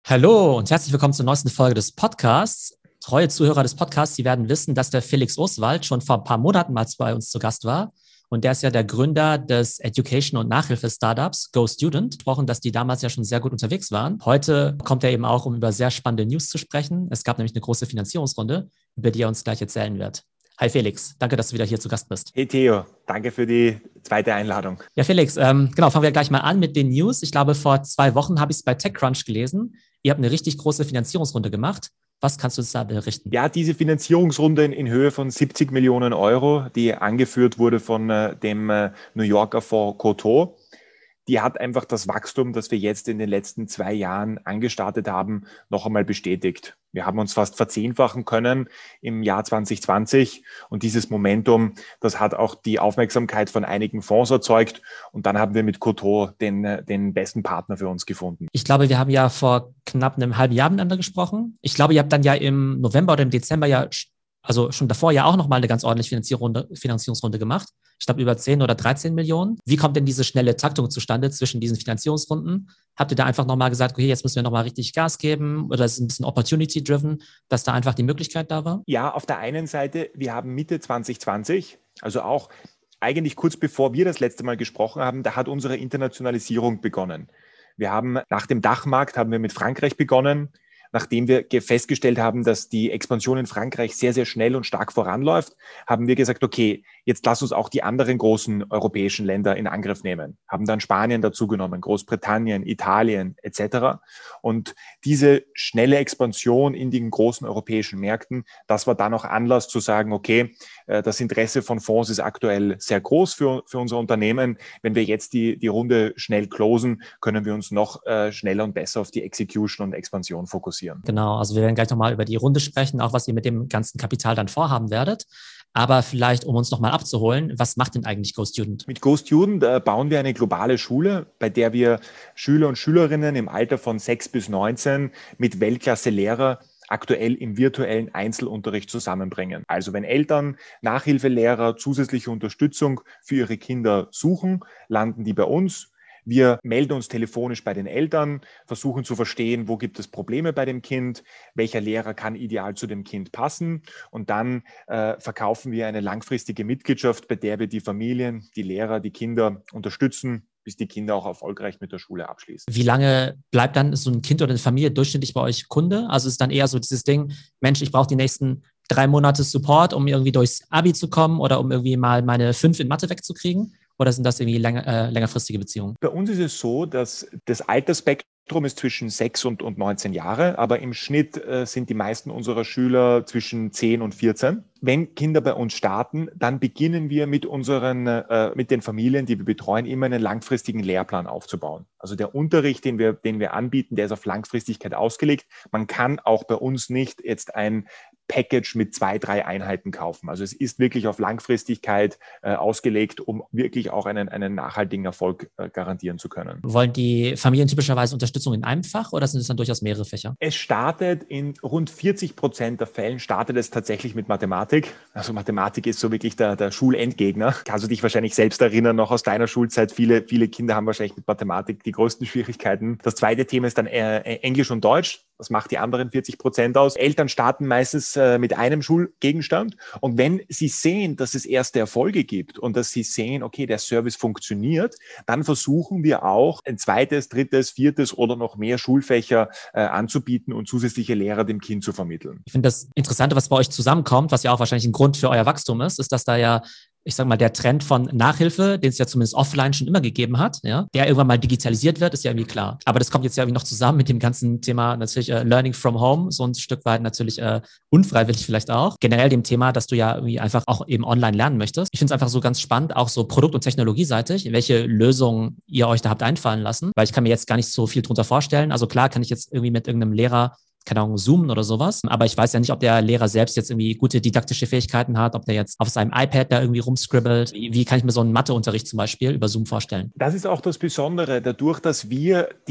Hallo und herzlich willkommen zur neuesten Folge des Podcasts. Treue Zuhörer des Podcasts, Sie werden wissen, dass der Felix Oswald schon vor ein paar Monaten mal bei uns zu Gast war. Und der ist ja der Gründer des Education- und Nachhilfe-Startups GoStudent. Gesprochen, dass die damals ja schon sehr gut unterwegs waren. Heute kommt er eben auch, um über sehr spannende News zu sprechen. Es gab nämlich eine große Finanzierungsrunde, über die er uns gleich erzählen wird. Hi Felix, danke, dass du wieder hier zu Gast bist. Hey Theo, danke für die zweite Einladung. Ja Felix, genau, fangen wir gleich mal an mit den News. Ich glaube, vor 2 Wochen habe ich es bei TechCrunch gelesen. Ihr habt eine richtig große Finanzierungsrunde gemacht. Was kannst du uns da berichten? Ja, diese Finanzierungsrunde in Höhe von 70 Millionen Euro, die angeführt wurde von dem New Yorker Fonds Coatue, die hat einfach das Wachstum, das wir jetzt in den letzten 2 Jahren angestartet haben, noch einmal bestätigt. Wir haben uns fast verzehnfachen können im Jahr 2020 und dieses Momentum, das hat auch die Aufmerksamkeit von einigen Fonds erzeugt und dann haben wir mit Coatue den besten Partner für uns gefunden. Ich glaube, wir haben ja vor knapp einem halben Jahr miteinander gesprochen. Ich glaube, ihr habt dann ja im November oder im Dezember ja, also schon davor ja auch nochmal eine ganz ordentliche Finanzierungsrunde gemacht. Ich glaube, über 10 oder 13 Millionen. Wie kommt denn diese schnelle Taktung zustande zwischen diesen Finanzierungsrunden? Habt ihr da einfach nochmal gesagt, okay, jetzt müssen wir nochmal richtig Gas geben? Oder ist es ein bisschen opportunity-driven, dass da einfach die Möglichkeit da war? Ja, auf der einen Seite, wir haben Mitte 2020, also auch eigentlich kurz bevor wir das letzte Mal gesprochen haben, da hat unsere Internationalisierung begonnen. Wir haben nach dem Dachmarkt haben wir mit Frankreich begonnen. Nachdem wir festgestellt haben, dass die Expansion in Frankreich sehr, sehr schnell und stark voranläuft, haben wir gesagt, okay, jetzt lass uns auch die anderen großen europäischen Länder in Angriff nehmen. Haben dann Spanien dazugenommen, Großbritannien, Italien etc. Und diese schnelle Expansion in den großen europäischen Märkten, das war dann auch Anlass zu sagen, okay, das Interesse von Fonds ist aktuell sehr groß für unser Unternehmen. Wenn wir jetzt die Runde schnell closen, können wir uns noch schneller und besser auf die Execution und Expansion fokussieren. Genau, also wir werden gleich nochmal über die Runde sprechen, auch was ihr mit dem ganzen Kapital dann vorhaben werdet. Aber vielleicht, um uns nochmal abzuholen, was macht denn eigentlich GoStudent? Mit GoStudent bauen wir eine globale Schule, bei der wir Schüler und Schülerinnen im Alter von 6 bis 19 mit Weltklasse-Lehrer aktuell im virtuellen Einzelunterricht zusammenbringen. Also wenn Eltern, Nachhilfelehrer zusätzliche Unterstützung für ihre Kinder suchen, landen die bei uns. Wir melden uns telefonisch bei den Eltern, versuchen zu verstehen, wo gibt es Probleme bei dem Kind, welcher Lehrer kann ideal zu dem Kind passen und dann verkaufen wir eine langfristige Mitgliedschaft, bei der wir die Familien, die Lehrer, die Kinder unterstützen, bis die Kinder auch erfolgreich mit der Schule abschließen. Wie lange bleibt dann so ein Kind oder eine Familie durchschnittlich bei euch Kunde? Also ist dann eher so dieses Ding, Mensch, ich brauche die nächsten 3 Monate Support, um irgendwie durchs Abi zu kommen oder um irgendwie mal meine 5 in Mathe wegzukriegen? Oder sind das irgendwie längerfristige Beziehungen? Bei uns ist es so, dass das Altersspektrum ist zwischen 6 und 19 Jahre, aber im Schnitt sind die meisten unserer Schüler zwischen 10 und 14. Wenn Kinder bei uns starten, dann beginnen wir mit den Familien, die wir betreuen, immer einen langfristigen Lehrplan aufzubauen. Also der Unterricht, den wir anbieten, der ist auf Langfristigkeit ausgelegt. Man kann auch bei uns nicht jetzt ein Package mit 2, 3 Einheiten kaufen. Also es ist wirklich auf Langfristigkeit ausgelegt, um wirklich auch einen nachhaltigen Erfolg garantieren zu können. Wollen die Familien typischerweise Unterstützung in einem Fach oder sind es dann durchaus mehrere Fächer? Es startet in rund 40% der Fällen startet es tatsächlich mit Mathematik. Also Mathematik ist so wirklich der Schulendgegner. Kannst du dich wahrscheinlich selbst erinnern, noch aus deiner Schulzeit, viele Kinder haben wahrscheinlich mit Mathematik die größten Schwierigkeiten. Das zweite Thema ist dann Englisch und Deutsch. Das macht die anderen 40% aus. Eltern starten meistens mit einem Schulgegenstand. Und wenn sie sehen, dass es erste Erfolge gibt und dass sie sehen, okay, der Service funktioniert, dann versuchen wir auch ein zweites, drittes, viertes oder noch mehr Schulfächer anzubieten und zusätzliche Lehrer dem Kind zu vermitteln. Ich finde das Interessante, was bei euch zusammenkommt, was ja auch wahrscheinlich ein Grund für euer Wachstum ist, dass da ja, ich sage mal, der Trend von Nachhilfe, den es ja zumindest offline schon immer gegeben hat, ja, der irgendwann mal digitalisiert wird, ist ja irgendwie klar. Aber das kommt jetzt ja irgendwie noch zusammen mit dem ganzen Thema natürlich Learning from Home, so ein Stück weit natürlich unfreiwillig vielleicht auch. Generell dem Thema, dass du ja irgendwie einfach auch eben online lernen möchtest. Ich finde es einfach so ganz spannend, auch so produkt- und technologieseitig, welche Lösungen ihr euch da habt einfallen lassen, weil ich kann mir jetzt gar nicht so viel drunter vorstellen. Also klar kann ich jetzt irgendwie mit irgendeinem Lehrer keine Ahnung, zoomen oder sowas. Aber ich weiß ja nicht, ob der Lehrer selbst jetzt irgendwie gute didaktische Fähigkeiten hat, ob der jetzt auf seinem iPad da irgendwie rumscribbelt. Wie kann ich mir so einen Matheunterricht zum Beispiel über Zoom vorstellen? Das ist auch das Besondere, dadurch, dass wir die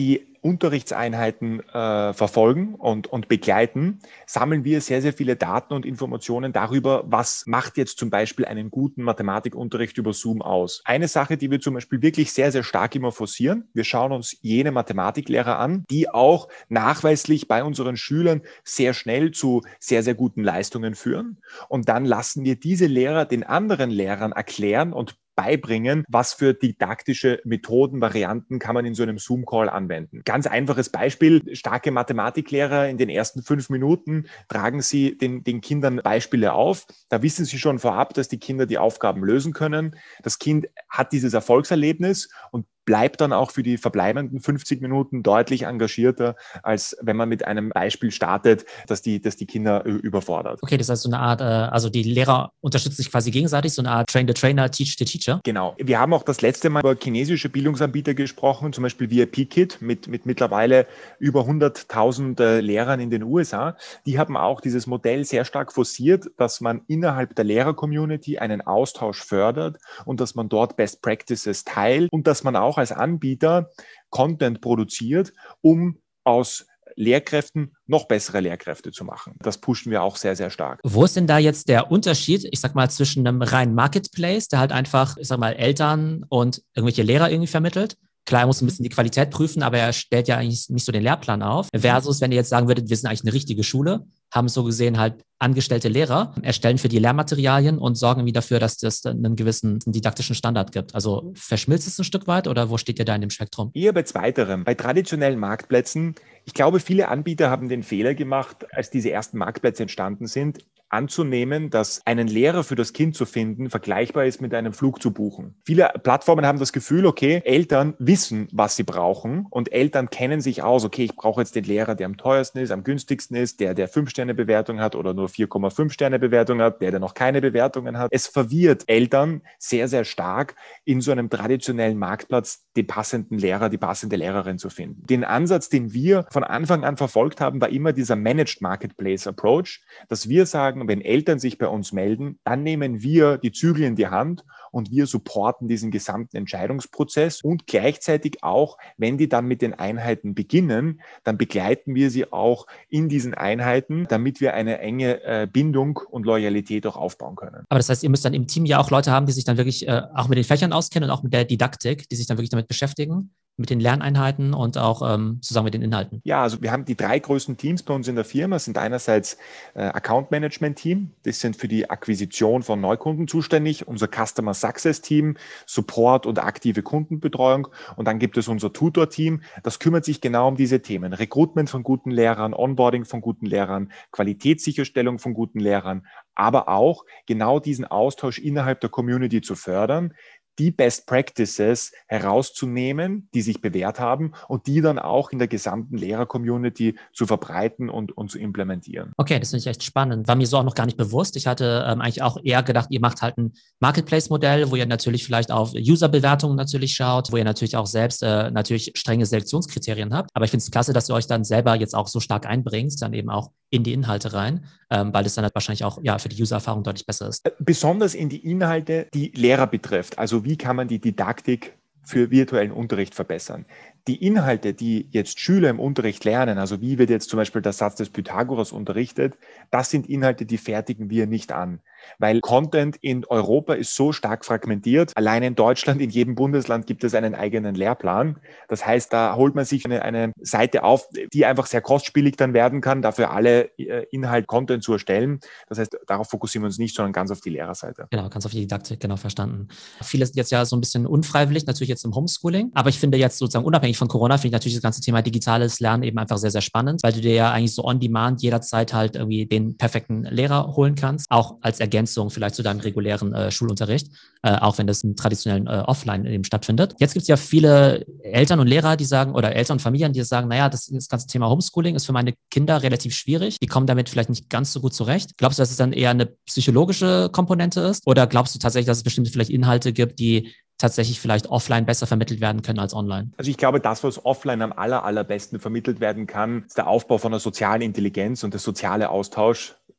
Unterrichtseinheiten verfolgen und begleiten, sammeln wir sehr, sehr viele Daten und Informationen darüber, was macht jetzt zum Beispiel einen guten Mathematikunterricht über Zoom aus. Eine Sache, die wir zum Beispiel wirklich sehr, sehr stark immer forcieren, wir schauen uns jene Mathematiklehrer an, die auch nachweislich bei unseren Schülern sehr schnell zu sehr, sehr guten Leistungen führen. Und dann lassen wir diese Lehrer den anderen Lehrern erklären und beibringen, was für didaktische Methoden, Varianten kann man in so einem Zoom-Call anwenden. Ganz einfaches Beispiel, starke Mathematiklehrer in den ersten 5 Minuten tragen sie den Kindern Beispiele auf. Da wissen sie schon vorab, dass die Kinder die Aufgaben lösen können. Das Kind hat dieses Erfolgserlebnis und bleibt dann auch für die verbleibenden 50 Minuten deutlich engagierter, als wenn man mit einem Beispiel startet, das die Kinder überfordert. Okay, das heißt so eine Art, also die Lehrer unterstützen sich quasi gegenseitig, so eine Art Train the Trainer, Teach the Teacher. Genau. Wir haben auch das letzte Mal über chinesische Bildungsanbieter gesprochen, zum Beispiel VIP-Kid mit mittlerweile über 100.000 Lehrern in den USA. Die haben auch dieses Modell sehr stark forciert, dass man innerhalb der Lehrer-Community einen Austausch fördert und dass man dort Best Practices teilt und dass man auch als Anbieter Content produziert, um aus Lehrkräften noch bessere Lehrkräfte zu machen. Das pushen wir auch sehr, sehr stark. Wo ist denn da jetzt der Unterschied, ich sag mal, zwischen einem reinen Marketplace, der halt einfach, ich sag mal, Eltern und irgendwelche Lehrer irgendwie vermittelt? Klar, er muss ein bisschen die Qualität prüfen, aber er stellt ja eigentlich nicht so den Lehrplan auf. Versus, wenn ihr jetzt sagen würdet, wir sind eigentlich eine richtige Schule, haben so gesehen halt angestellte Lehrer, erstellen für die Lehrmaterialien und sorgen irgendwie dafür, dass das einen gewissen didaktischen Standard gibt. Also verschmilzt es ein Stück weit oder wo steht ihr da in dem Spektrum? Eher bei zweiterem. Bei traditionellen Marktplätzen, ich glaube, viele Anbieter haben den Fehler gemacht, als diese ersten Marktplätze entstanden sind, anzunehmen, dass einen Lehrer für das Kind zu finden vergleichbar ist mit einem Flug zu buchen. Viele Plattformen haben das Gefühl, okay, Eltern wissen, was sie brauchen und Eltern kennen sich aus, okay, ich brauche jetzt den Lehrer, der am teuersten ist, am günstigsten ist, der 5-Sterne-Bewertung hat oder nur 4,5-Sterne-Bewertung hat, der noch keine Bewertungen hat. Es verwirrt Eltern sehr, sehr stark, in so einem traditionellen Marktplatz den passenden Lehrer, die passende Lehrerin zu finden. Den Ansatz, den wir von Anfang an verfolgt haben, war immer dieser Managed Marketplace Approach, dass wir sagen, wenn Eltern sich bei uns melden, dann nehmen wir die Zügel in die Hand und wir supporten diesen gesamten Entscheidungsprozess und gleichzeitig auch, wenn die dann mit den Einheiten beginnen, dann begleiten wir sie auch in diesen Einheiten, damit wir eine enge Bindung und Loyalität auch aufbauen können. Aber das heißt, ihr müsst dann im Team ja auch Leute haben, die sich dann wirklich auch mit den Fächern auskennen und auch mit der Didaktik, die sich dann wirklich damit beschäftigen, mit den Lerneinheiten und auch zusammen mit den Inhalten. Ja, also wir haben die 3 größten Teams bei uns in der Firma. Das sind einerseits Account Management Team, das sind für die Akquisition von Neukunden zuständig, unser Customer Success Team, Support und aktive Kundenbetreuung und dann gibt es unser Tutor Team, das kümmert sich genau um diese Themen. Recruitment von guten Lehrern, Onboarding von guten Lehrern, Qualitätssicherstellung von guten Lehrern, aber auch genau diesen Austausch innerhalb der Community zu fördern, die Best Practices herauszunehmen, die sich bewährt haben und die dann auch in der gesamten Lehrer-Community zu verbreiten und zu implementieren. Okay, das finde ich echt spannend. War mir so auch noch gar nicht bewusst. Ich hatte eigentlich auch eher gedacht, ihr macht halt ein Marketplace-Modell, wo ihr natürlich vielleicht auf User-Bewertungen natürlich schaut, wo ihr natürlich auch selbst natürlich strenge Selektionskriterien habt. Aber ich finde es klasse, dass ihr euch dann selber jetzt auch so stark einbringt, dann eben auch in die Inhalte rein, weil das dann halt wahrscheinlich auch ja für die User-Erfahrung deutlich besser ist. Besonders in die Inhalte, die Lehrer betrifft. Also wie kann man die Didaktik für virtuellen Unterricht verbessern? Die Inhalte, die jetzt Schüler im Unterricht lernen, also wie wird jetzt zum Beispiel der Satz des Pythagoras unterrichtet, das sind Inhalte, die fertigen wir nicht an. Weil Content in Europa ist so stark fragmentiert. Allein in Deutschland, in jedem Bundesland gibt es einen eigenen Lehrplan. Das heißt, da holt man sich eine Seite auf, die einfach sehr kostspielig dann werden kann, dafür alle Inhalt, Content zu erstellen. Das heißt, darauf fokussieren wir uns nicht, sondern ganz auf die Lehrerseite. Genau, ganz auf die Didaktik, genau, verstanden. Viele sind jetzt ja so ein bisschen unfreiwillig, natürlich jetzt im Homeschooling. Aber ich finde jetzt sozusagen unabhängig von Corona, finde ich natürlich das ganze Thema digitales Lernen eben einfach sehr, sehr spannend, weil du dir ja eigentlich so on demand jederzeit halt irgendwie den perfekten Lehrer holen kannst, auch als Ergänzung vielleicht zu deinem regulären Schulunterricht, auch wenn das im traditionellen Offline eben stattfindet. Jetzt gibt es ja viele Eltern und Lehrer, die sagen, oder Eltern und Familien, die sagen, naja, das ganze Thema Homeschooling ist für meine Kinder relativ schwierig. Die kommen damit vielleicht nicht ganz so gut zurecht. Glaubst du, dass es dann eher eine psychologische Komponente ist? Oder glaubst du tatsächlich, dass es bestimmte vielleicht Inhalte gibt, die tatsächlich vielleicht offline besser vermittelt werden können als online? Also ich glaube, das, was offline am allerbesten vermittelt werden kann, ist der Aufbau von einer sozialen Intelligenz und der soziale Austausch,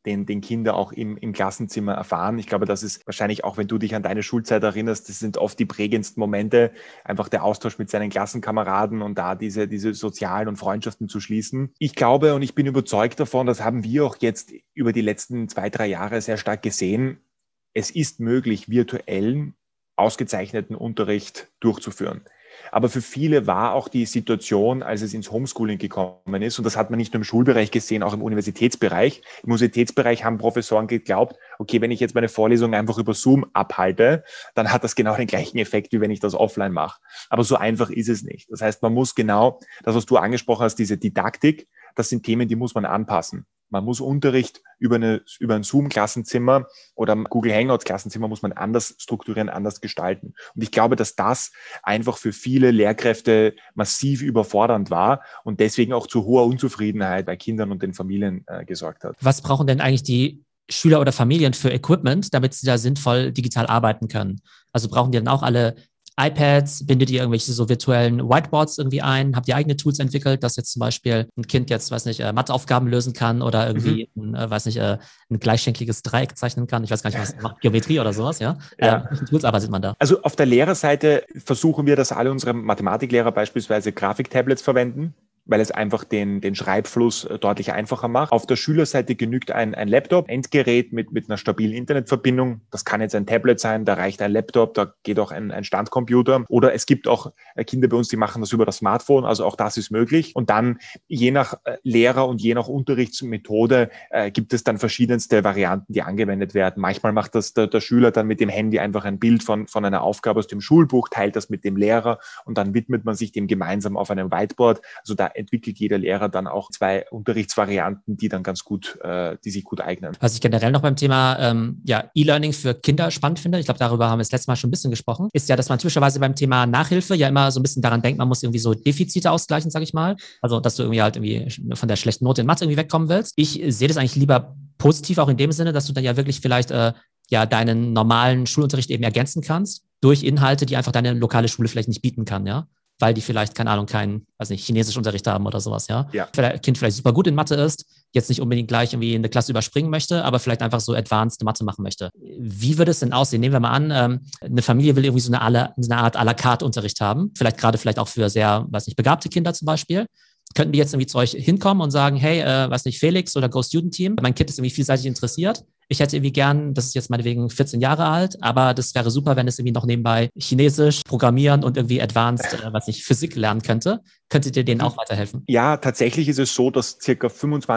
den Kinder auch im Klassenzimmer erfahren. Ich glaube, das ist wahrscheinlich auch, wenn du dich an deine Schulzeit erinnerst, das sind oft die prägendsten Momente, einfach der Austausch mit seinen Klassenkameraden und da diese sozialen und Freundschaften zu schließen. Ich glaube und ich bin überzeugt davon, das haben wir auch jetzt über die letzten 2-3 Jahre sehr stark gesehen, es ist möglich, virtuellen, ausgezeichneten Unterricht durchzuführen. Aber für viele war auch die Situation, als es ins Homeschooling gekommen ist, und das hat man nicht nur im Schulbereich gesehen, auch im Universitätsbereich. Im Universitätsbereich haben Professoren geglaubt, okay, wenn ich jetzt meine Vorlesung einfach über Zoom abhalte, dann hat das genau den gleichen Effekt, wie wenn ich das offline mache. Aber so einfach ist es nicht. Das heißt, man muss genau das, was du angesprochen hast, diese Didaktik, das sind Themen, die muss man anpassen. Man muss Unterricht über ein Zoom-Klassenzimmer oder Google Hangouts-Klassenzimmer muss man anders strukturieren, anders gestalten. Und ich glaube, dass das einfach für viele Lehrkräfte massiv überfordernd war und deswegen auch zu hoher Unzufriedenheit bei Kindern und den Familien gesorgt hat. Was brauchen denn eigentlich die Schüler oder Familien für Equipment, damit sie da sinnvoll digital arbeiten können? Also brauchen die dann auch alle iPads, bindet ihr irgendwelche so virtuellen Whiteboards irgendwie ein? Habt ihr eigene Tools entwickelt, dass jetzt zum Beispiel ein Kind jetzt, weiß nicht, Matheaufgaben lösen kann oder irgendwie, ein gleichschenkliges Dreieck zeichnen kann? Ich weiß gar nicht, was macht, Geometrie oder sowas, ja? Welche Tools arbeitet man da? Also auf der Lehrerseite versuchen wir, dass alle unsere Mathematiklehrer beispielsweise Grafiktablets verwenden, weil es einfach den Schreibfluss deutlich einfacher macht. Auf der Schülerseite genügt ein Laptop, Endgerät mit einer stabilen Internetverbindung. Das kann jetzt ein Tablet sein, da reicht ein Laptop, da geht auch ein Standcomputer. Oder es gibt auch Kinder bei uns, die machen das über das Smartphone, also auch das ist möglich. Und dann je nach Lehrer und je nach Unterrichtsmethode gibt es dann verschiedenste Varianten, die angewendet werden. Manchmal macht das der Schüler dann mit dem Handy einfach ein Bild von einer Aufgabe aus dem Schulbuch, teilt das mit dem Lehrer und dann widmet man sich dem gemeinsam auf einem Whiteboard. Also da entwickelt jeder Lehrer dann auch 2 Unterrichtsvarianten, die dann ganz gut, die sich gut eignen. Was ich generell noch beim Thema E-Learning für Kinder spannend finde, ich glaube, darüber haben wir das letzte Mal schon ein bisschen gesprochen, ist ja, dass man typischerweise beim Thema Nachhilfe ja immer so ein bisschen daran denkt, man muss irgendwie so Defizite ausgleichen, sage ich mal. Also, dass du irgendwie halt irgendwie von der schlechten Note in Mathe irgendwie wegkommen willst. Ich sehe das eigentlich lieber positiv, auch in dem Sinne, dass du dann ja wirklich vielleicht deinen normalen Schulunterricht eben ergänzen kannst durch Inhalte, die einfach deine lokale Schule vielleicht nicht bieten kann, ja. Weil die vielleicht, keine Ahnung, Chinesischunterricht haben oder sowas, ja. Weil das Kind vielleicht super gut in Mathe ist, jetzt nicht unbedingt gleich irgendwie eine Klasse überspringen möchte, aber vielleicht einfach so advanced Mathe machen möchte. Wie würde es denn aussehen? Nehmen wir mal an, eine Familie will irgendwie so eine Art à la carte Unterricht haben, vielleicht auch für sehr, begabte Kinder zum Beispiel. Könnten die jetzt irgendwie zu euch hinkommen und sagen, hey, Felix oder Go Student Team, mein Kind ist irgendwie vielseitig interessiert. Ich hätte irgendwie gern, das ist jetzt meinetwegen 14 Jahre alt, aber das wäre super, wenn es irgendwie noch nebenbei Chinesisch, Programmieren und irgendwie Advanced, Physik lernen könnte. Könntet ihr denen auch weiterhelfen? Ja, tatsächlich ist es so, dass circa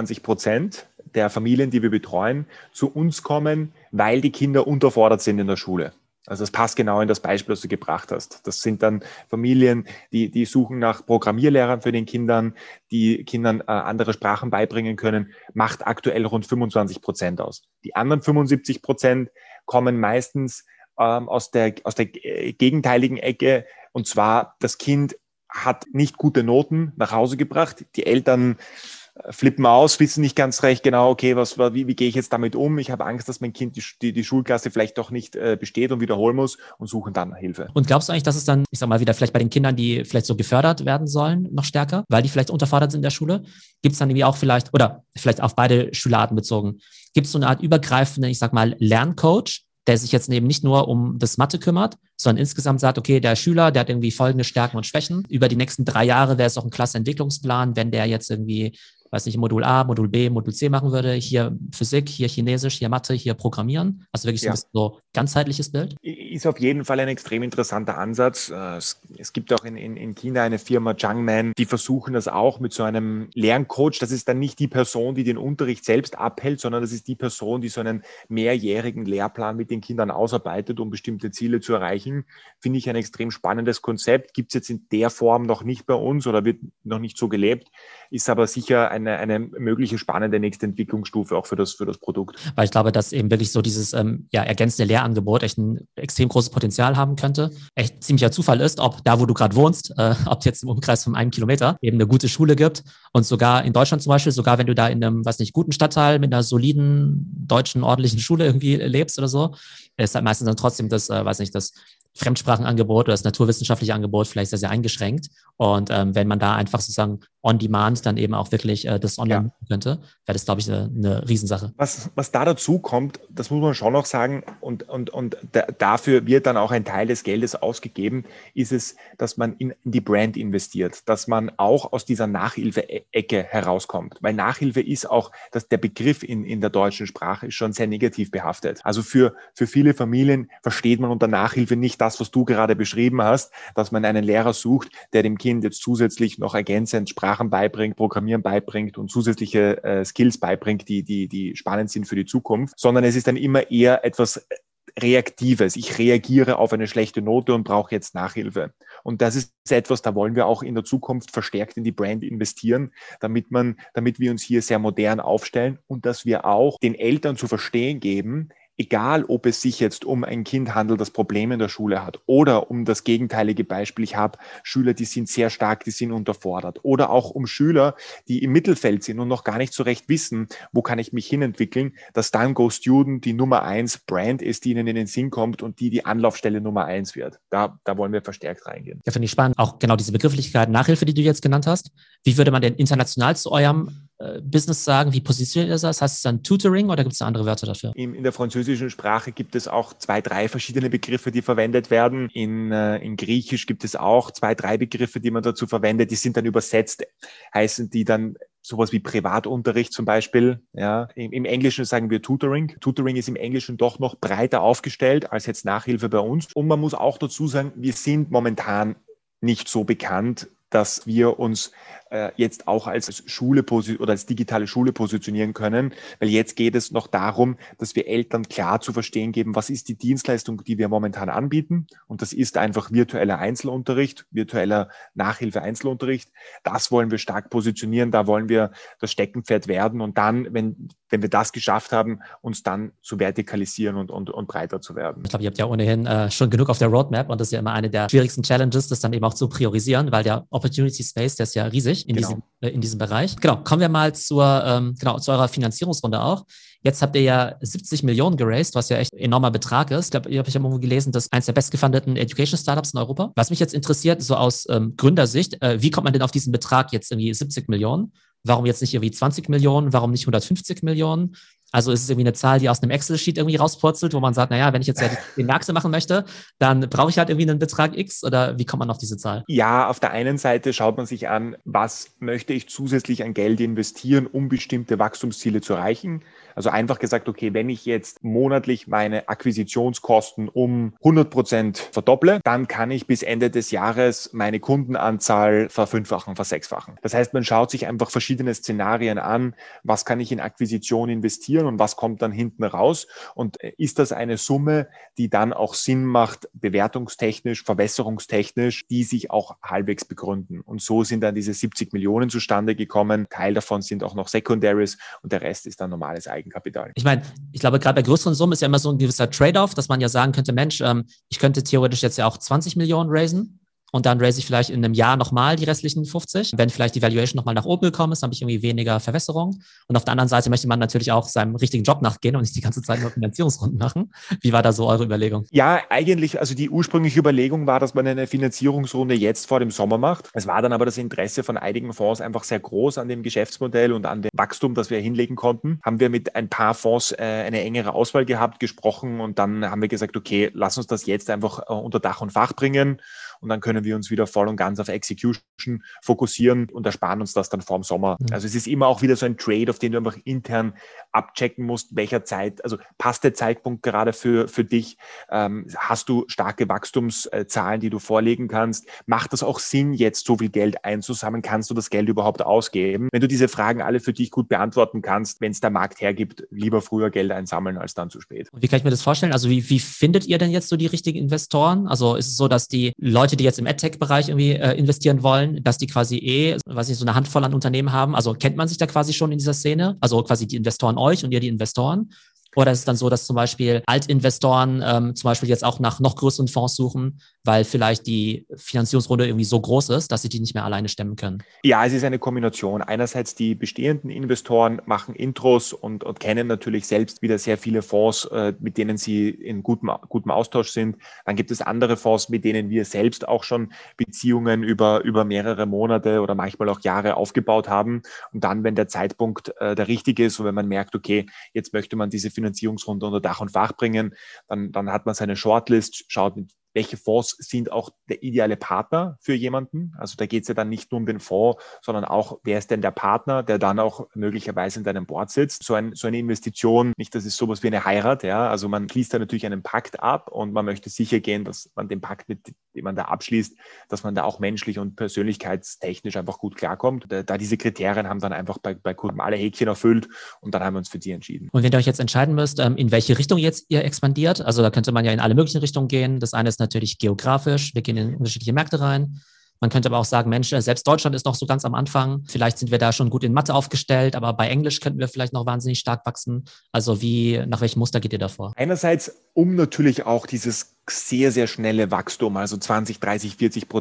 25% der Familien, die wir betreuen, zu uns kommen, weil die Kinder unterfordert sind in der Schule. Also das passt genau in das Beispiel, das du gebracht hast. Das sind dann Familien, die suchen nach Programmierlehrern für den Kindern, die Kindern andere Sprachen beibringen können, macht aktuell rund 25% aus. Die anderen 75% kommen meistens aus der gegenteiligen Ecke, und zwar das Kind hat nicht gute Noten nach Hause gebracht, die Eltern flippen aus, wissen nicht ganz recht genau, okay, wie gehe ich jetzt damit um? Ich habe Angst, dass mein Kind die Schulklasse vielleicht doch nicht besteht und wiederholen muss, und suchen dann Hilfe. Und glaubst du eigentlich, dass es dann, ich sag mal wieder, vielleicht bei den Kindern, die vielleicht so gefördert werden sollen, noch stärker, weil die vielleicht unterfordert sind in der Schule, gibt es dann irgendwie auch vielleicht, oder vielleicht auf beide Schularten bezogen, gibt es so eine Art übergreifende, ich sag mal, Lerncoach, der sich jetzt eben nicht nur um das Mathe kümmert, sondern insgesamt sagt, okay, der Schüler, der hat irgendwie folgende Stärken und Schwächen. Über die nächsten 3 Jahre wäre es auch ein klasse Entwicklungsplan, wenn der jetzt irgendwie, Modul A, Modul B, Modul C machen würde, hier Physik, hier Chinesisch, hier Mathe, hier Programmieren. Also wirklich so ein bisschen so ganzheitliches Bild. Ist auf jeden Fall ein extrem interessanter Ansatz. Es gibt auch in China eine Firma Changman, die versuchen das auch mit so einem Lerncoach. Das ist dann nicht die Person, die den Unterricht selbst abhält, sondern das ist die Person, die so einen mehrjährigen Lehrplan mit den Kindern ausarbeitet, um bestimmte Ziele zu erreichen. Finde ich ein extrem spannendes Konzept. Gibt es jetzt in der Form noch nicht bei uns oder wird noch nicht so gelebt, ist aber sicher eine mögliche spannende nächste Entwicklungsstufe auch für das Produkt. Weil ich glaube, dass eben wirklich so dieses ergänzende Lehrangebot echt ein extrem großes Potenzial haben könnte. Echt ziemlicher Zufall ist, ob da, wo du gerade wohnst, ob es jetzt im Umkreis von 1 Kilometer eben eine gute Schule gibt, und sogar in Deutschland zum Beispiel, sogar wenn du da in einem, guten Stadtteil mit einer soliden deutschen, ordentlichen Schule irgendwie lebst oder so, ist halt meistens dann trotzdem das Fremdsprachenangebot oder das naturwissenschaftliche Angebot vielleicht sehr, sehr eingeschränkt. Und wenn man da einfach sozusagen on demand dann eben auch wirklich das online Ja. könnte, wäre das, glaube ich, eine Riesensache. Was da dazu kommt, das muss man schon noch sagen, und dafür wird dann auch ein Teil des Geldes ausgegeben, ist es, dass man in die Brand investiert, dass man auch aus dieser Nachhilfe-Ecke herauskommt. Weil Nachhilfe ist auch, dass der Begriff in der deutschen Sprache ist schon sehr negativ behaftet. Also für viele Familien versteht man unter Nachhilfe nicht das, was du gerade beschrieben hast, dass man einen Lehrer sucht, der dem Kind jetzt zusätzlich noch ergänzend Sprachen beibringt, Programmieren beibringt und zusätzliche Skills beibringt, die spannend sind für die Zukunft, sondern es ist dann immer eher etwas Reaktives. Ich reagiere auf eine schlechte Note und brauche jetzt Nachhilfe. Und das ist etwas, da wollen wir auch in der Zukunft verstärkt in die Brand investieren, damit wir uns hier sehr modern aufstellen und dass wir auch den Eltern zu verstehen geben, egal ob es sich jetzt um ein Kind handelt, das Probleme in der Schule hat oder um das gegenteilige Beispiel, ich habe Schüler, die sind sehr stark, die sind unterfordert oder auch um Schüler, die im Mittelfeld sind und noch gar nicht so recht wissen, wo kann ich mich hinentwickeln, dass dann Go Student die Nummer 1 Brand ist, die ihnen in den Sinn kommt und die Anlaufstelle Nummer 1 wird. Da wollen wir verstärkt reingehen. Ja, finde ich spannend. Auch genau diese Begrifflichkeit Nachhilfe, die du jetzt genannt hast. Wie würde man denn international zu eurem Business sagen? Wie positioniert ihr das? Heißt es dann Tutoring oder gibt es da andere Wörter dafür? In der französischen Sprache gibt es auch 2, 3 verschiedene Begriffe, die verwendet werden. In Griechisch gibt es auch 2, 3 Begriffe, die man dazu verwendet. Die sind dann übersetzt, heißen die dann sowas wie Privatunterricht zum Beispiel. Ja. Im Englischen sagen wir Tutoring. Tutoring ist im Englischen doch noch breiter aufgestellt als jetzt Nachhilfe bei uns. Und man muss auch dazu sagen, wir sind momentan nicht so bekannt, dass wir uns jetzt auch als Schule oder als digitale Schule positionieren können, weil jetzt geht es noch darum, dass wir Eltern klar zu verstehen geben, was ist die Dienstleistung, die wir momentan anbieten, und das ist einfach virtueller Einzelunterricht, virtueller Nachhilfe-Einzelunterricht. Das wollen wir stark positionieren, da wollen wir das Steckenpferd werden und dann, wenn wir das geschafft haben, uns dann zu vertikalisieren und breiter zu werden. Ich glaube, ihr habt ja ohnehin schon genug auf der Roadmap und das ist ja immer eine der schwierigsten Challenges, das dann eben auch zu priorisieren, weil der Opportunity Space, der ist ja riesig in diesem Bereich. Genau, kommen wir mal zu eurer Finanzierungsrunde auch. Jetzt habt ihr ja 70 Millionen geraced, was ja echt ein enormer Betrag ist. Ich glaube, ich habe irgendwo gelesen, das ist eines der bestgefundeten Education-Startups in Europa. Was mich jetzt interessiert, so aus Gründersicht, wie kommt man denn auf diesen Betrag jetzt irgendwie 70 Millionen? Warum jetzt nicht irgendwie 20 Millionen? Warum nicht 150 Millionen? Also ist es irgendwie eine Zahl, die aus einem Excel-Sheet irgendwie rauspurzelt, wo man sagt, naja, wenn ich jetzt ja den Märkte machen möchte, dann brauche ich halt irgendwie einen Betrag X, oder wie kommt man auf diese Zahl? Ja, auf der einen Seite schaut man sich an, was möchte ich zusätzlich an Geld investieren, um bestimmte Wachstumsziele zu erreichen. Also einfach gesagt, okay, wenn ich jetzt monatlich meine Akquisitionskosten um 100% verdopple, dann kann ich bis Ende des Jahres meine Kundenanzahl verfünffachen, versechsfachen. Das heißt, man schaut sich einfach verschiedene Szenarien an, was kann ich in Akquisition investieren und was kommt dann hinten raus, und ist das eine Summe, die dann auch Sinn macht, bewertungstechnisch, verbesserungstechnisch, die sich auch halbwegs begründen. Und so sind dann diese 70 Millionen zustande gekommen. Teil davon sind auch noch Secondaries und der Rest ist dann normales Eigenkapital. Ich meine, ich glaube, gerade bei größeren Summen ist ja immer so ein gewisser Trade-off, dass man ja sagen könnte, Mensch, ich könnte theoretisch jetzt ja auch 20 Millionen raisen. Und dann raise ich vielleicht in einem Jahr nochmal die restlichen 50. Wenn vielleicht die Valuation nochmal nach oben gekommen ist, dann habe ich irgendwie weniger Verwässerung. Und auf der anderen Seite möchte man natürlich auch seinem richtigen Job nachgehen und nicht die ganze Zeit nur Finanzierungsrunden machen. Wie war da so eure Überlegung? Ja, eigentlich, also die ursprüngliche Überlegung war, dass man eine Finanzierungsrunde jetzt vor dem Sommer macht. Es war dann aber das Interesse von einigen Fonds einfach sehr groß an dem Geschäftsmodell und an dem Wachstum, das wir hinlegen konnten. Haben wir mit ein paar Fonds eine engere Auswahl gehabt, gesprochen, und dann haben wir gesagt, okay, lass uns das jetzt einfach unter Dach und Fach bringen. Und dann können wir uns wieder voll und ganz auf Execution fokussieren und ersparen uns das dann vorm Sommer. Also es ist immer auch wieder so ein Trade, auf den du einfach intern abchecken musst, welcher Zeit, also passt der Zeitpunkt gerade für dich, hast du starke Wachstumszahlen, die du vorlegen kannst, macht das auch Sinn, jetzt so viel Geld einzusammeln, kannst du das Geld überhaupt ausgeben? Wenn du diese Fragen alle für dich gut beantworten kannst, wenn es der Markt hergibt, lieber früher Geld einsammeln als dann zu spät. Und wie kann ich mir das vorstellen? Also wie findet ihr denn jetzt so die richtigen Investoren? Also ist es so, dass die Leute, die jetzt im AdTech-Bereich irgendwie investieren wollen, dass die quasi so eine Handvoll an Unternehmen haben? Also kennt man sich da quasi schon in dieser Szene? Also quasi die Investoren euch und ihr die Investoren? Oder ist es dann so, dass zum Beispiel Altinvestoren zum Beispiel jetzt auch nach noch größeren Fonds suchen, weil vielleicht die Finanzierungsrunde irgendwie so groß ist, dass sie die nicht mehr alleine stemmen können? Ja, es ist eine Kombination. Einerseits die bestehenden Investoren machen Intros und kennen natürlich selbst wieder sehr viele Fonds, mit denen sie in gutem Austausch sind. Dann gibt es andere Fonds, mit denen wir selbst auch schon Beziehungen über mehrere Monate oder manchmal auch Jahre aufgebaut haben. Und dann, wenn der Zeitpunkt der richtige ist und wenn man merkt, okay, jetzt möchte man diese Finanzierungsrunde unter Dach und Fach bringen, dann hat man seine Shortlist, schaut, welche Fonds sind auch der ideale Partner für jemanden. Also da geht es ja dann nicht nur um den Fonds, sondern auch, wer ist denn der Partner, der dann auch möglicherweise in deinem Board sitzt. So eine Investition, nicht, das ist sowas wie eine Heirat, ja. Also man schließt da natürlich einen Pakt ab und man möchte sicher gehen, dass man den Pakt, mit dem man da abschließt, dass man da auch menschlich und persönlichkeitstechnisch einfach gut klarkommt. Da diese Kriterien haben dann einfach bei Kunden alle Häkchen erfüllt und dann haben wir uns für die entschieden. Und wenn ihr euch jetzt entscheiden müsst, in welche Richtung jetzt ihr expandiert, also da könnte man ja in alle möglichen Richtungen gehen. Das eine ist natürlich geografisch. Wir gehen in unterschiedliche Märkte rein. Man könnte aber auch sagen, Mensch, selbst Deutschland ist noch so ganz am Anfang. Vielleicht sind wir da schon gut in Mathe aufgestellt, aber bei Englisch könnten wir vielleicht noch wahnsinnig stark wachsen. Also nach welchem Muster geht ihr davor? Einerseits, um natürlich auch dieses sehr, sehr schnelle Wachstum, also 20, 30,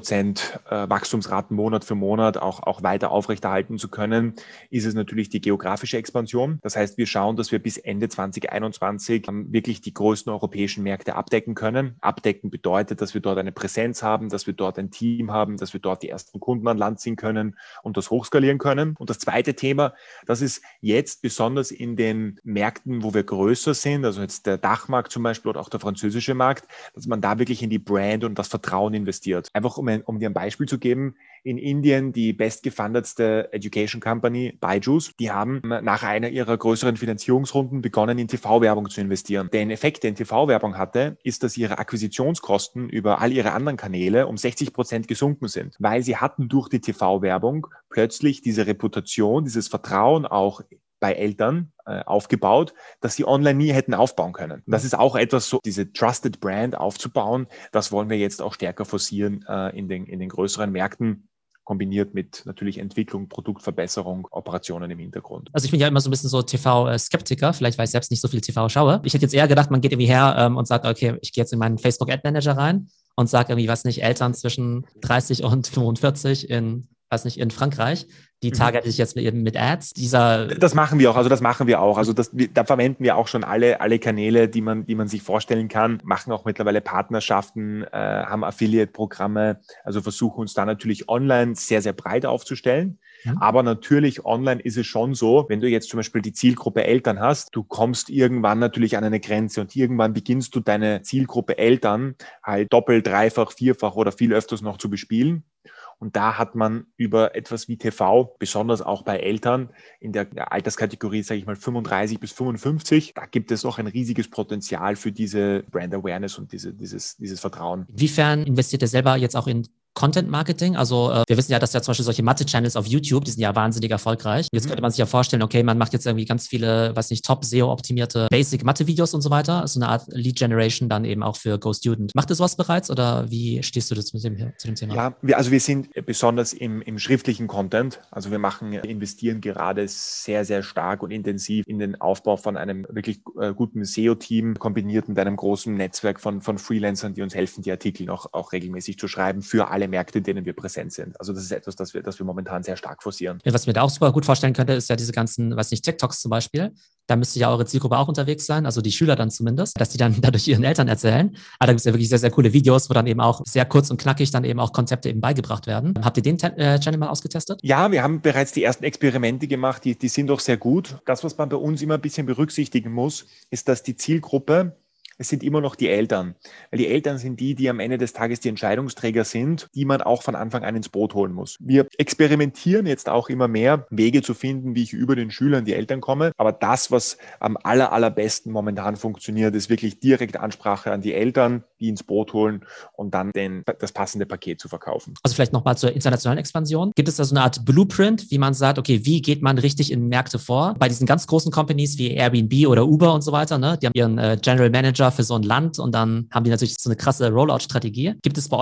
40% Wachstumsraten Monat für Monat auch weiter aufrechterhalten zu können, ist es natürlich die geografische Expansion. Das heißt, wir schauen, dass wir bis Ende 2021 wirklich die größten europäischen Märkte abdecken können. Abdecken bedeutet, dass wir dort eine Präsenz haben, dass wir dort ein Team haben, dass wir dort die ersten Kunden an Land ziehen können und das hochskalieren können. Und das zweite Thema, das ist jetzt besonders in den Märkten, wo wir größer sind, also jetzt der Dachmarkt zum Beispiel oder auch der französische Markt, dass man da wirklich in die Brand und das Vertrauen investiert. Einfach um dir ein Beispiel zu geben, in Indien die bestgefundetste Education Company, Byju's, die haben nach einer ihrer größeren Finanzierungsrunden begonnen, in TV-Werbung zu investieren. Der Effekt, den TV-Werbung hatte, ist, dass ihre Akquisitionskosten über all ihre anderen Kanäle um 60% gesunken sind, weil sie hatten durch die TV-Werbung plötzlich diese Reputation, dieses Vertrauen auch bei Eltern aufgebaut, dass sie online nie hätten aufbauen können. Und das ist auch etwas so, diese Trusted Brand aufzubauen, das wollen wir jetzt auch stärker forcieren in den größeren Märkten, kombiniert mit natürlich Entwicklung, Produktverbesserung, Operationen im Hintergrund. Also ich bin ja immer so ein bisschen so TV-Skeptiker, vielleicht weil ich selbst nicht so viel TV schaue. Ich hätte jetzt eher gedacht, man geht irgendwie her und sagt, okay, ich gehe jetzt in meinen Facebook Ad Manager rein und sage irgendwie, weiß nicht, Eltern zwischen 30 und 45 in Frankreich, die targete ich jetzt mit Ads. Das machen wir auch. Also da verwenden wir auch schon alle Kanäle, die man sich vorstellen kann, machen auch mittlerweile Partnerschaften, haben Affiliate-Programme, also versuchen uns da natürlich online sehr, sehr breit aufzustellen. Aber natürlich online ist es schon so, wenn du jetzt zum Beispiel die Zielgruppe Eltern hast, du kommst irgendwann natürlich an eine Grenze und irgendwann beginnst du deine Zielgruppe Eltern halt doppelt, dreifach, vierfach oder viel öfters noch zu bespielen. Und da hat man über etwas wie TV, besonders auch bei Eltern in der Alterskategorie, sage ich mal 35 bis 55, da gibt es noch ein riesiges Potenzial für diese Brand Awareness und dieses Vertrauen. Inwiefern investiert ihr selber jetzt auch in Content Marketing? Also wir wissen ja, dass ja zum Beispiel solche Mathe-Channels auf YouTube, die sind ja wahnsinnig erfolgreich. Jetzt könnte man sich ja vorstellen, okay, man macht jetzt irgendwie ganz viele, top Top-SEO-optimierte Basic-Mathe-Videos und so weiter. So eine Art Lead-Generation dann eben auch für GoStudent. Macht ihr sowas bereits oder wie stehst du zu dem Thema? Ja, wir sind besonders im schriftlichen Content. Also wir investieren gerade sehr, sehr stark und intensiv in den Aufbau von einem wirklich guten SEO-Team, kombiniert mit einem großen Netzwerk von Freelancern, die uns helfen, die Artikel auch regelmäßig zu schreiben für alle Märkte, in denen wir präsent sind. Also das ist etwas, das wir momentan sehr stark forcieren. Ja, was ich mir da auch super gut vorstellen könnte, ist ja diese ganzen, TikToks zum Beispiel. Da müsste ja eure Zielgruppe auch unterwegs sein, also die Schüler dann zumindest, dass die dann dadurch ihren Eltern erzählen. Aber da gibt es ja wirklich sehr, sehr coole Videos, wo dann eben auch sehr kurz und knackig dann eben auch Konzepte eben beigebracht werden. Habt ihr den Channel mal ausgetestet? Ja, wir haben bereits die ersten Experimente gemacht, die sind auch sehr gut. Das, was man bei uns immer ein bisschen berücksichtigen muss, ist, dass die Zielgruppe, es sind immer noch die Eltern. Weil die Eltern sind die am Ende des Tages die Entscheidungsträger sind, die man auch von Anfang an ins Boot holen muss. Wir experimentieren jetzt auch immer mehr, Wege zu finden, wie ich über den Schülern die Eltern komme. Aber das, was am allerbesten momentan funktioniert, ist wirklich direkt Ansprache an die Eltern, die ins Boot holen und dann das passende Paket zu verkaufen. Also vielleicht nochmal zur internationalen Expansion. Gibt es da so eine Art Blueprint, wie man sagt, okay, wie geht man richtig in Märkte vor? Bei diesen ganz großen Companies wie Airbnb oder Uber und so weiter, ne? Die haben ihren General Manager für so ein Land und dann haben die natürlich so eine krasse Rollout-Strategie. Gibt es bei euch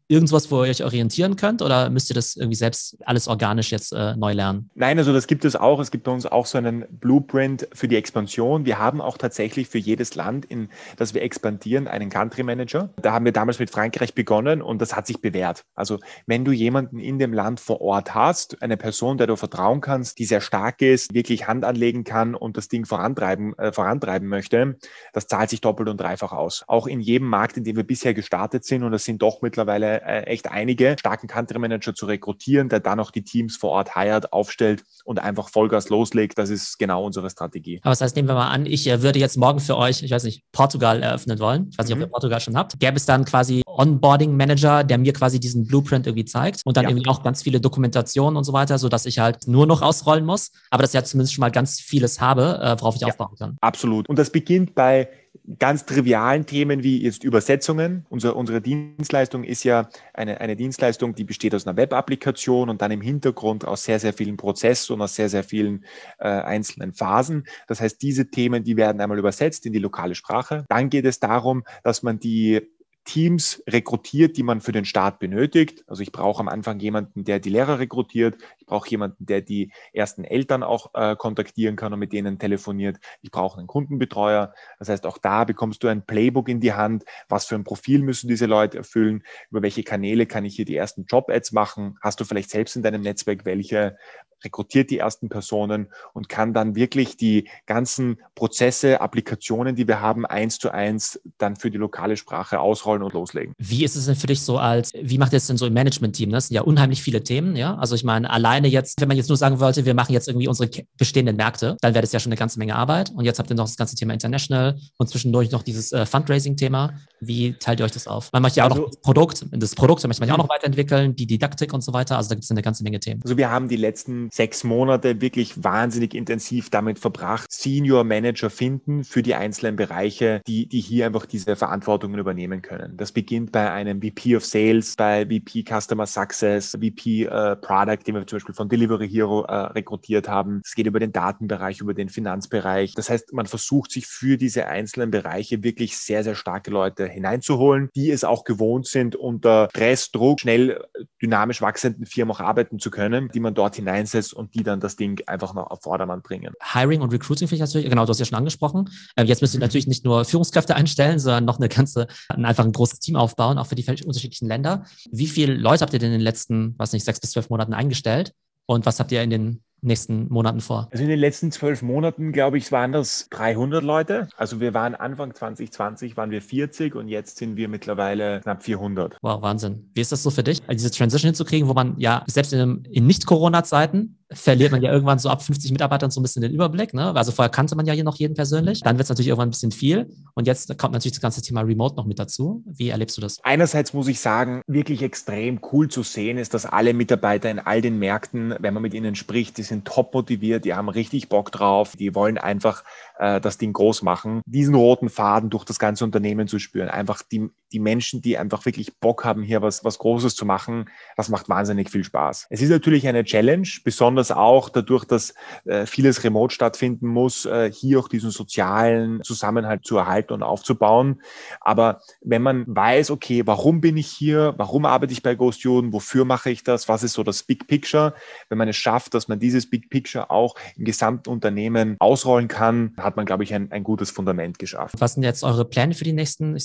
irgendwas, wo ihr euch orientieren könnt, oder müsst ihr das irgendwie selbst alles organisch jetzt neu lernen? Nein, also das gibt es auch. Es gibt bei uns auch so einen Blueprint für die Expansion. Wir haben auch tatsächlich für jedes Land, in das wir expandieren, einen Country Manager. Da haben wir damals mit Frankreich begonnen und das hat sich bewährt. Also wenn du jemanden in dem Land vor Ort hast, eine Person, der du vertrauen kannst, die sehr stark ist, wirklich Hand anlegen kann und das Ding vorantreiben möchte, das zahlt sich doppelt und dreifach aus. Auch in jedem Markt, in dem wir bisher gestartet sind, und das sind doch mittlerweile echt einige, starken Country Manager zu rekrutieren, der dann auch die Teams vor Ort hired, aufstellt und einfach Vollgas loslegt. Das ist genau unsere Strategie. Aber das heißt, nehmen wir mal an, ich würde jetzt morgen für euch, ich weiß nicht, Portugal eröffnen wollen. Ich weiß nicht, ob ihr Portugal schon habt. Gäbe es dann quasi Onboarding-Manager, der mir quasi diesen Blueprint irgendwie zeigt und dann irgendwie auch ganz viele Dokumentationen und so weiter, sodass ich halt nur noch ausrollen muss, aber dass ich ja zumindest schon mal ganz vieles habe, worauf ich aufbauen kann. Absolut. Und das beginnt bei ganz trivialen Themen wie jetzt Übersetzungen. Unsere Dienstleistung ist ja eine Dienstleistung, die besteht aus einer Web-Applikation und dann im Hintergrund aus sehr, sehr vielen Prozessen und aus sehr, sehr vielen einzelnen Phasen. Das heißt, diese Themen, die werden einmal übersetzt in die lokale Sprache. Dann geht es darum, dass man die Teams rekrutiert, die man für den Start benötigt. Also ich brauche am Anfang jemanden, der die Lehrer rekrutiert. Ich brauche jemanden, der die ersten Eltern auch kontaktieren kann und mit denen telefoniert. Ich brauche einen Kundenbetreuer. Das heißt, auch da bekommst du ein Playbook in die Hand. Was für ein Profil müssen diese Leute erfüllen? Über welche Kanäle kann ich hier die ersten Job-Ads machen? Hast du vielleicht selbst in deinem Netzwerk welche? Rekrutiert die ersten Personen und kann dann wirklich die ganzen Prozesse, Applikationen, die wir haben, 1:1 dann für die lokale Sprache ausrollen und loslegen. Wie ist es denn für dich so wie macht ihr es denn so im Management-Team? Das sind ja unheimlich viele Themen, ja? Also ich meine, alleine jetzt, wenn man jetzt nur sagen wollte, wir machen jetzt irgendwie unsere bestehenden Märkte, dann wäre das ja schon eine ganze Menge Arbeit. Und jetzt habt ihr noch das ganze Thema International und zwischendurch noch dieses Fundraising-Thema. Wie teilt ihr euch das auf? Man möchte ja auch noch das Produkt möchte man ja auch noch weiterentwickeln, die Didaktik und so weiter. Also da gibt es eine ganze Menge Themen. Also wir haben die letzten 6 Monate wirklich wahnsinnig intensiv damit verbracht, Senior Manager finden für die einzelnen Bereiche, die hier einfach diese Verantwortungen übernehmen können. Das beginnt bei einem VP of Sales, bei VP Customer Success, VP Product, den wir zum Beispiel von Delivery Hero rekrutiert haben. Es geht über den Datenbereich, über den Finanzbereich. Das heißt, man versucht sich für diese einzelnen Bereiche wirklich sehr, sehr starke Leute hineinzuholen, die es auch gewohnt sind, unter Stress, Druck, schnell dynamisch wachsenden Firmen auch arbeiten zu können, die man dort hineinsetzt und die dann das Ding einfach noch auf Vordermann bringen. Hiring und Recruiting finde ich natürlich, genau, du hast ja schon angesprochen. Jetzt müsst ihr natürlich nicht nur Führungskräfte einstellen, sondern noch einfach ein großes Team aufbauen, auch für die unterschiedlichen Länder. Wie viele Leute habt ihr denn in den letzten, 6 bis 12 Monaten eingestellt? Und was habt ihr in den nächsten Monaten vor? Also in den letzten 12 Monaten, glaube ich, waren das 300 Leute. Also wir waren Anfang 2020 waren wir 40 und jetzt sind wir mittlerweile knapp 400. Wow, Wahnsinn. Wie ist das so für dich, diese Transition hinzukriegen, wo man ja selbst in Nicht-Corona-Zeiten verliert man ja irgendwann so ab 50 Mitarbeitern so ein bisschen den Überblick, ne? Also vorher kannte man ja hier noch jeden persönlich. Dann wird es natürlich irgendwann ein bisschen viel. Und jetzt kommt natürlich das ganze Thema Remote noch mit dazu. Wie erlebst du das? Einerseits muss ich sagen, wirklich extrem cool zu sehen ist, dass alle Mitarbeiter in all den Märkten, wenn man mit ihnen spricht, die sind top motiviert, die haben richtig Bock drauf, die wollen einfach das Ding groß machen, diesen roten Faden durch das ganze Unternehmen zu spüren. Einfach die Menschen, die einfach wirklich Bock haben, hier was Großes zu machen, das macht wahnsinnig viel Spaß. Es ist natürlich eine Challenge, besonders auch dadurch, dass vieles remote stattfinden muss, hier auch diesen sozialen Zusammenhalt zu erhalten und aufzubauen. Aber wenn man weiß, okay, warum bin ich hier, warum arbeite ich bei GoStudent, wofür mache ich das, was ist so das Big Picture, wenn man es schafft, dass man dieses Big Picture auch im gesamten Unternehmen ausrollen kann, hat man, glaube ich, ein gutes Fundament geschaffen. Was sind jetzt eure Pläne für die nächsten,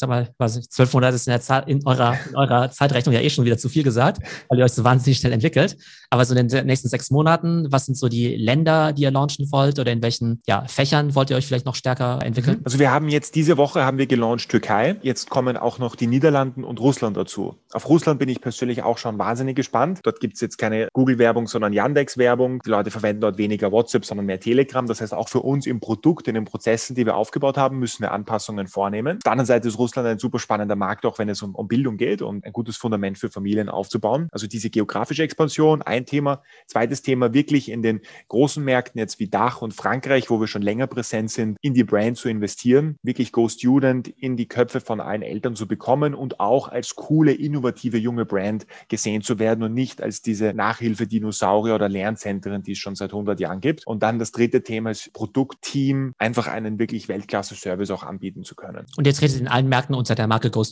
12 Monate ist in eurer Zeitrechnung ja schon wieder zu viel gesagt, weil ihr euch so wahnsinnig schnell entwickelt. Aber so in den nächsten 6 Monaten, was sind so die Länder, die ihr launchen wollt oder in welchen Fächern wollt ihr euch vielleicht noch stärker entwickeln? Also wir haben jetzt diese Woche gelauncht Türkei. Jetzt kommen auch noch die Niederlanden und Russland dazu. Auf Russland bin ich persönlich auch schon wahnsinnig gespannt. Dort gibt es jetzt keine Google-Werbung, sondern Yandex-Werbung. Die Leute verwenden dort weniger WhatsApp, sondern mehr Telegram. Das heißt, auch für uns im Produkt, in den Prozessen, die wir aufgebaut haben, müssen wir Anpassungen vornehmen. Auf der anderen Seite ist Russland ein super spannender Markt, auch wenn es um Bildung geht und ein gutes Fundament für Familien aufzubauen. Also diese geografische Expansion, ein Thema. Zweites Thema, wirklich in den großen Märkten jetzt wie Dach und Frankreich, wo wir schon länger präsent sind, in die Brand zu investieren, wirklich GoStudent in die Köpfe von allen Eltern zu bekommen und auch als coole, innovative, junge Brand gesehen zu werden und nicht als diese Nachhilfe-Dinosaurier oder Lernzentren, die es schon seit 100 Jahren gibt. Und dann das dritte Thema ist Produktteam, einfach einen wirklich Weltklasse-Service auch anbieten zu können. Und ihr tretet in allen Märkten unter der Marke GoStudent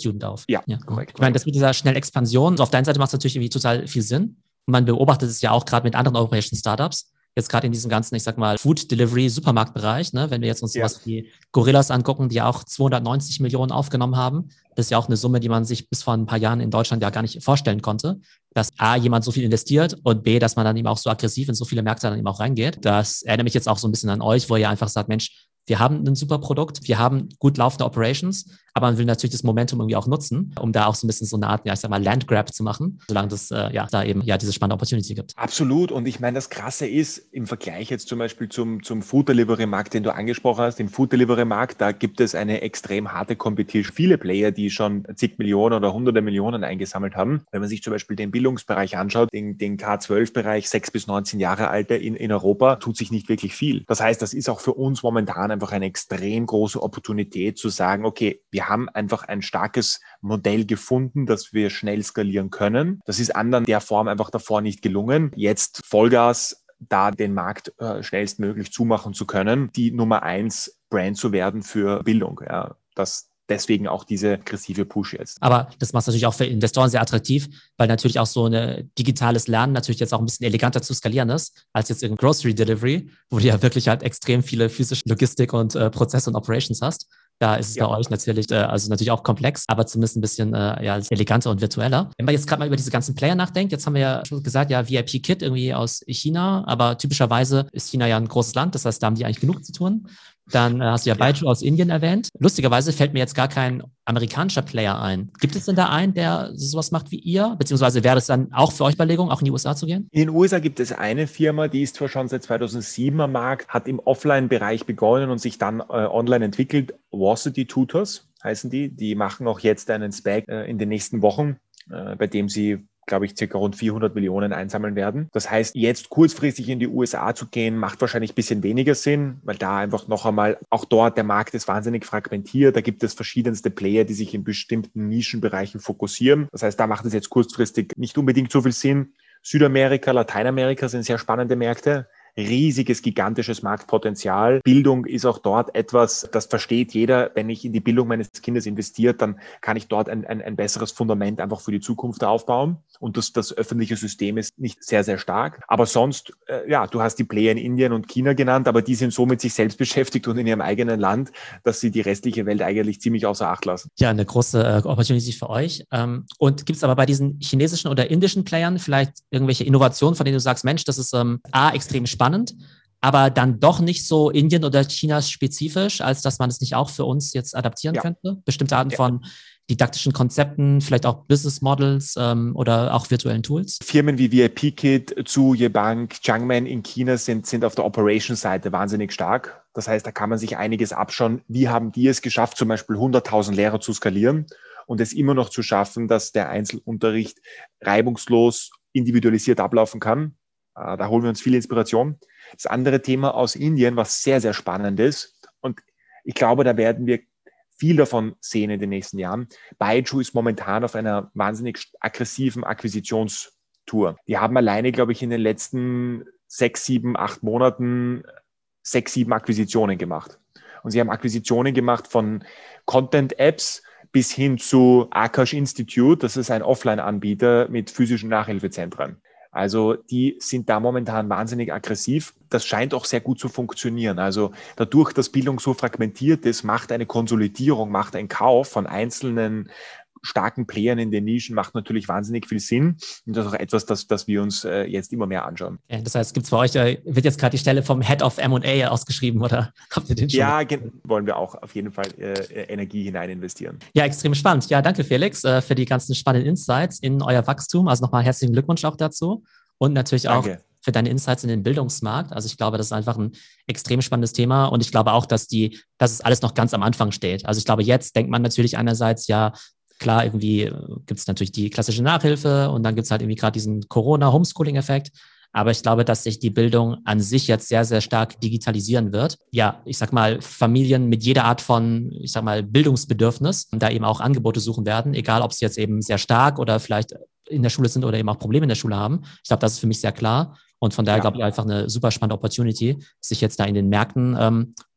Student auf. Ja, korrekt. Ich meine, das mit dieser schnellen Expansion, so auf deiner Seite macht es natürlich irgendwie total viel Sinn. Und man beobachtet es ja auch gerade mit anderen europäischen Startups. Jetzt gerade in diesem ganzen, ich sag mal, Food Delivery Supermarktbereich, ne, wenn wir jetzt uns sowas wie Gorillas angucken, die ja auch 290 Millionen aufgenommen haben. Das ist ja auch eine Summe, die man sich bis vor ein paar Jahren in Deutschland ja gar nicht vorstellen konnte, dass A, jemand so viel investiert und B, dass man dann eben auch so aggressiv in so viele Märkte dann eben auch reingeht. Das erinnert mich jetzt auch so ein bisschen an euch, wo ihr einfach sagt, Mensch, wir haben ein super Produkt, wir haben gut laufende Operations, aber man will natürlich das Momentum irgendwie auch nutzen, um da auch so ein bisschen so eine Art, ja, ich sag mal, Landgrab zu machen, solange das da eben ja diese spannende Opportunity gibt. Absolut. Und ich meine, das Krasse ist, im Vergleich jetzt zum Beispiel zum Food Delivery Markt, den du angesprochen hast, im Food Delivery Markt, da gibt es eine extrem harte Competition. Viele Player, die schon zig Millionen oder hunderte Millionen eingesammelt haben. Wenn man sich zum Beispiel den Bildungsbereich anschaut, den K12-Bereich, 6 bis 19 Jahre Alte in Europa, tut sich nicht wirklich viel. Das heißt, das ist auch für uns momentan einfach eine extrem große Opportunität zu sagen, okay, wir haben einfach ein starkes Modell gefunden, das wir schnell skalieren können. Das ist anderen der Form einfach davor nicht gelungen. Jetzt Vollgas, da den Markt schnellstmöglich zumachen zu können, die Nummer 1 Brand zu werden für Bildung. Ja, deswegen auch diese aggressive Push jetzt. Aber das macht es natürlich auch für Investoren sehr attraktiv, weil natürlich auch so ein digitales Lernen natürlich jetzt auch ein bisschen eleganter zu skalieren ist, als jetzt in Grocery Delivery, wo du ja wirklich halt extrem viele physische Logistik und Prozesse und Operations hast. Da ist es bei euch natürlich, also natürlich auch komplex, aber zumindest ein bisschen eleganter und virtueller. Wenn man jetzt gerade mal über diese ganzen Player nachdenkt, jetzt haben wir ja schon gesagt, ja, VIP-Kit irgendwie aus China, aber typischerweise ist China ja ein großes Land, das heißt, da haben die eigentlich genug zu tun. Dann hast du ja Baidu aus Indien erwähnt. Lustigerweise fällt mir jetzt gar kein amerikanischer Player ein. Gibt es denn da einen, der sowas macht wie ihr? Beziehungsweise wäre es dann auch für euch Überlegung, auch in die USA zu gehen? In den USA gibt es eine Firma, die ist zwar schon seit 2007 am Markt, hat im Offline-Bereich begonnen und sich dann online entwickelt. Varsity Tutors heißen die. Die machen auch jetzt einen SPAC in den nächsten Wochen, bei dem sie, glaube ich, ca. rund 400 Millionen einsammeln werden. Das heißt, jetzt kurzfristig in die USA zu gehen, macht wahrscheinlich ein bisschen weniger Sinn, weil da einfach noch einmal, auch dort der Markt ist wahnsinnig fragmentiert. Da gibt es verschiedenste Player, die sich in bestimmten Nischenbereichen fokussieren. Das heißt, da macht es jetzt kurzfristig nicht unbedingt so viel Sinn. Südamerika, Lateinamerika sind sehr spannende Märkte. Riesiges, gigantisches Marktpotenzial. Bildung ist auch dort etwas, das versteht jeder. Wenn ich in die Bildung meines Kindes investiert, dann kann ich dort ein besseres Fundament einfach für die Zukunft aufbauen. Und das öffentliche System ist nicht sehr, sehr stark. Aber sonst, du hast die Player in Indien und China genannt, aber die sind so mit sich selbst beschäftigt und in ihrem eigenen Land, dass sie die restliche Welt eigentlich ziemlich außer Acht lassen. Ja, eine große Opportunity für euch. Und gibt es aber bei diesen chinesischen oder indischen Playern vielleicht irgendwelche Innovationen, von denen du sagst, Mensch, das ist extrem spannend, aber dann doch nicht so Indien- oder Chinas-spezifisch, als dass man es nicht auch für uns jetzt adaptieren könnte? Bestimmte Arten von didaktischen Konzepten, vielleicht auch Business Models oder auch virtuellen Tools? Firmen wie VIP-Kit, Zhuye Bank, Jiangmen in China sind auf der Operation-Seite wahnsinnig stark. Das heißt, da kann man sich einiges abschauen. Wie haben die es geschafft, zum Beispiel 100.000 Lehrer zu skalieren und es immer noch zu schaffen, dass der Einzelunterricht reibungslos individualisiert ablaufen kann? Da holen wir uns viel Inspiration. Das andere Thema aus Indien, was sehr, sehr spannend ist, und ich glaube, da werden wir viel davon sehen in den nächsten Jahren. Baidu ist momentan auf einer wahnsinnig aggressiven Akquisitionstour. Die haben alleine, glaube ich, in den letzten 6, 7, 8 Monaten 6, 7 Akquisitionen gemacht. Und sie haben Akquisitionen gemacht von Content-Apps bis hin zu Akash Institute. Das ist ein Offline-Anbieter mit physischen Nachhilfezentren. Also die sind da momentan wahnsinnig aggressiv. Das scheint auch sehr gut zu funktionieren. Also dadurch, dass Bildung so fragmentiert ist, macht eine Konsolidierung, macht ein Kauf von einzelnen starken Playern in den Nischen, macht natürlich wahnsinnig viel Sinn. Und das ist auch etwas, das wir uns jetzt immer mehr anschauen. Okay, das heißt, gibt es bei euch, wird jetzt gerade die Stelle vom Head of M&A ausgeschrieben oder habt ihr den schon? Ja, wollen wir auch auf jeden Fall Energie hinein investieren. Ja, extrem spannend. Ja, danke Felix für die ganzen spannenden Insights in euer Wachstum. Also nochmal herzlichen Glückwunsch auch dazu und natürlich auch für deine Insights in den Bildungsmarkt. Also ich glaube, das ist einfach ein extrem spannendes Thema und ich glaube auch, dass es alles noch ganz am Anfang steht. Also ich glaube, jetzt denkt man natürlich einerseits, ja, klar, irgendwie gibt es natürlich die klassische Nachhilfe und dann gibt es halt irgendwie gerade diesen Corona-Homeschooling-Effekt. Aber ich glaube, dass sich die Bildung an sich jetzt sehr, sehr stark digitalisieren wird. Ja, ich sag mal, Familien mit jeder Art von, ich sag mal, Bildungsbedürfnis da eben auch Angebote suchen werden, egal ob sie jetzt eben sehr stark oder vielleicht in der Schule sind oder eben auch Probleme in der Schule haben. Ich glaube, das ist für mich sehr klar. Und von daher glaube ich einfach eine super spannende Opportunity, sich jetzt da in den Märkten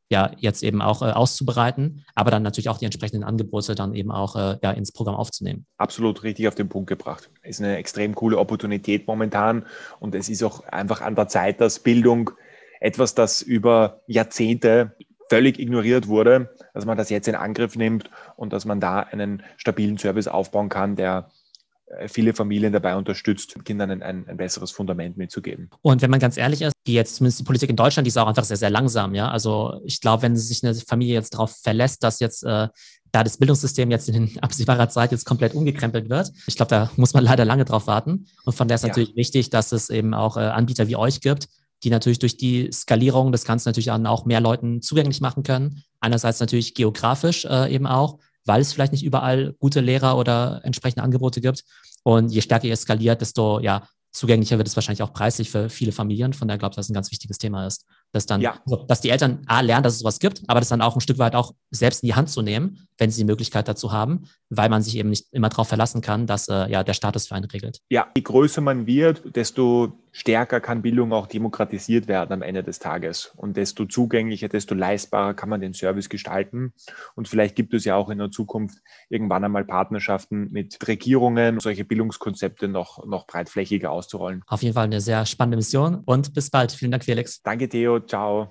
ja jetzt eben auch auszubereiten, aber dann natürlich auch die entsprechenden Angebote dann eben auch ja, ins Programm aufzunehmen. Absolut richtig auf den Punkt gebracht. Es ist eine extrem coole Opportunität momentan und es ist auch einfach an der Zeit, dass Bildung etwas, das über Jahrzehnte völlig ignoriert wurde, dass man das jetzt in Angriff nimmt und dass man da einen stabilen Service aufbauen kann, der viele Familien dabei unterstützt, Kindern ein besseres Fundament mitzugeben. Und wenn man ganz ehrlich ist, zumindest die Politik in Deutschland, die ist auch einfach sehr, sehr langsam, ja. Also ich glaube, wenn sich eine Familie jetzt darauf verlässt, dass jetzt da das Bildungssystem jetzt in absehbarer Zeit jetzt komplett umgekrempelt wird, ich glaube, da muss man leider lange drauf warten. Und von daher ist natürlich wichtig, dass es eben auch Anbieter wie euch gibt, die natürlich durch die Skalierung das Ganze natürlich auch mehr Leuten zugänglich machen können. Einerseits natürlich geografisch eben auch, weil es vielleicht nicht überall gute Lehrer oder entsprechende Angebote gibt. Und je stärker ihr skaliert, desto ja, zugänglicher wird es wahrscheinlich auch preislich für viele Familien. Von daher glaube ich, dass es ein ganz wichtiges Thema ist, dass dann, dass die Eltern lernen, dass es sowas gibt, aber das dann auch ein Stück weit auch selbst in die Hand zu nehmen, wenn sie die Möglichkeit dazu haben, weil man sich eben nicht immer darauf verlassen kann, dass ja der Staat es für einen regelt. Ja, je größer man wird, desto stärker kann Bildung auch demokratisiert werden am Ende des Tages. Und desto zugänglicher, desto leistbarer kann man den Service gestalten. Und vielleicht gibt es ja auch in der Zukunft irgendwann einmal Partnerschaften mit Regierungen, solche Bildungskonzepte noch breitflächiger auszurollen. Auf jeden Fall eine sehr spannende Mission und bis bald. Vielen Dank, Felix. Danke, Theo. Ciao.